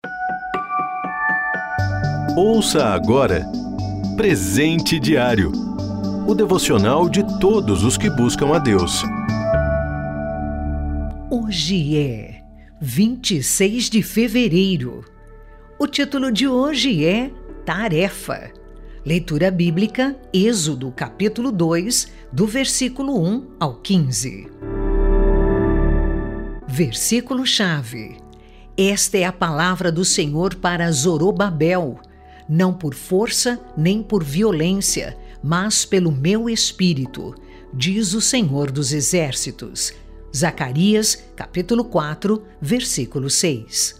Ouça agora Presente Diário, o devocional de todos os que buscam a Deus. Hoje é 26 de fevereiro. O título de hoje é Tarefa. Leitura bíblica, Êxodo, capítulo 2, do versículo 1 ao 15. Versículo-chave. Esta é a palavra do Senhor para Zorobabel, não por força nem por violência, mas pelo meu espírito, diz o Senhor dos Exércitos. Zacarias, capítulo 4, versículo 6.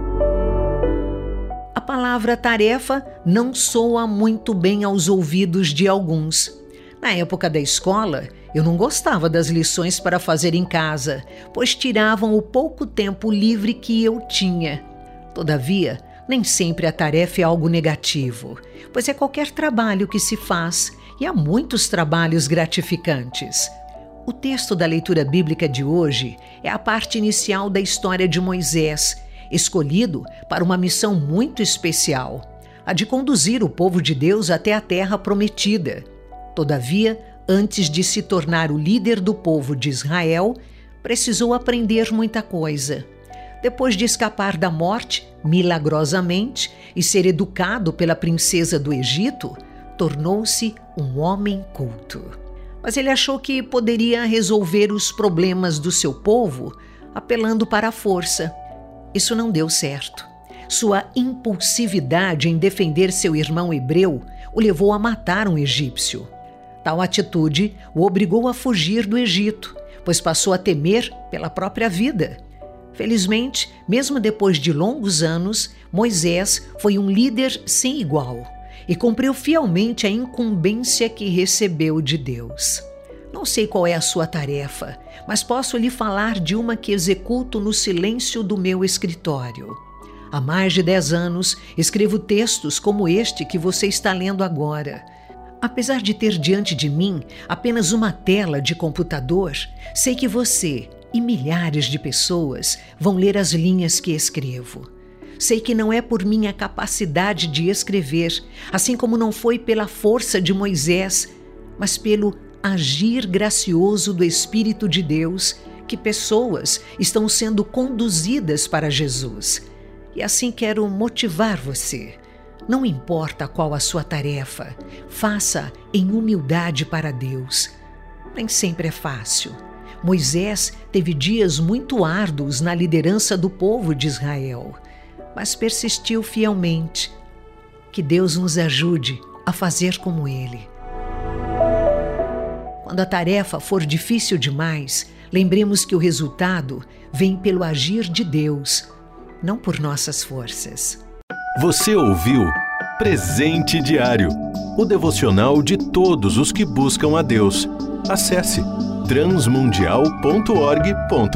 A palavra tarefa não soa muito bem aos ouvidos de alguns. Na época da escola, eu não gostava das lições para fazer em casa, pois tiravam o pouco tempo livre que eu tinha. Todavia, nem sempre a tarefa é algo negativo, pois é qualquer trabalho que se faz e há muitos trabalhos gratificantes. O texto da leitura bíblica de hoje é a parte inicial da história de Moisés, escolhido para uma missão muito especial, a de conduzir o povo de Deus até a terra prometida. Todavia, antes de se tornar o líder do povo de Israel, precisou aprender muita coisa. Depois de escapar da morte, milagrosamente, e ser educado pela princesa do Egito, tornou-se um homem culto. Mas ele achou que poderia resolver os problemas do seu povo apelando para a força. Isso não deu certo. Sua impulsividade em defender seu irmão hebreu o levou a matar um egípcio. Tal atitude o obrigou a fugir do Egito, pois passou a temer pela própria vida. Felizmente, mesmo depois de longos anos, Moisés foi um líder sem igual e cumpriu fielmente a incumbência que recebeu de Deus. Não sei qual é a sua tarefa, mas posso lhe falar de uma que executo no silêncio do meu escritório. Há mais de 10 anos, escrevo textos como este que você está lendo agora. Apesar de ter diante de mim apenas uma tela de computador, sei que você e milhares de pessoas vão ler as linhas que escrevo. Sei que não é por minha capacidade de escrever, assim como não foi pela força de Moisés, mas pelo agir gracioso do Espírito de Deus, que pessoas estão sendo conduzidas para Jesus. E assim quero motivar você. Não importa qual a sua tarefa, faça em humildade para Deus. Nem sempre é fácil. Moisés teve dias muito árduos na liderança do povo de Israel, mas persistiu fielmente. Que Deus nos ajude a fazer como ele. Quando a tarefa for difícil demais, lembremos que o resultado vem pelo agir de Deus, não por nossas forças. Você ouviu Presente Diário, o devocional de todos os que buscam a Deus. Acesse transmundial.org.br.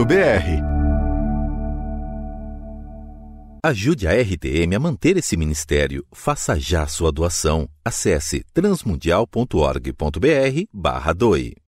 Ajude a RTM a manter esse ministério. Faça já sua doação. Acesse transmundial.org.br/doe.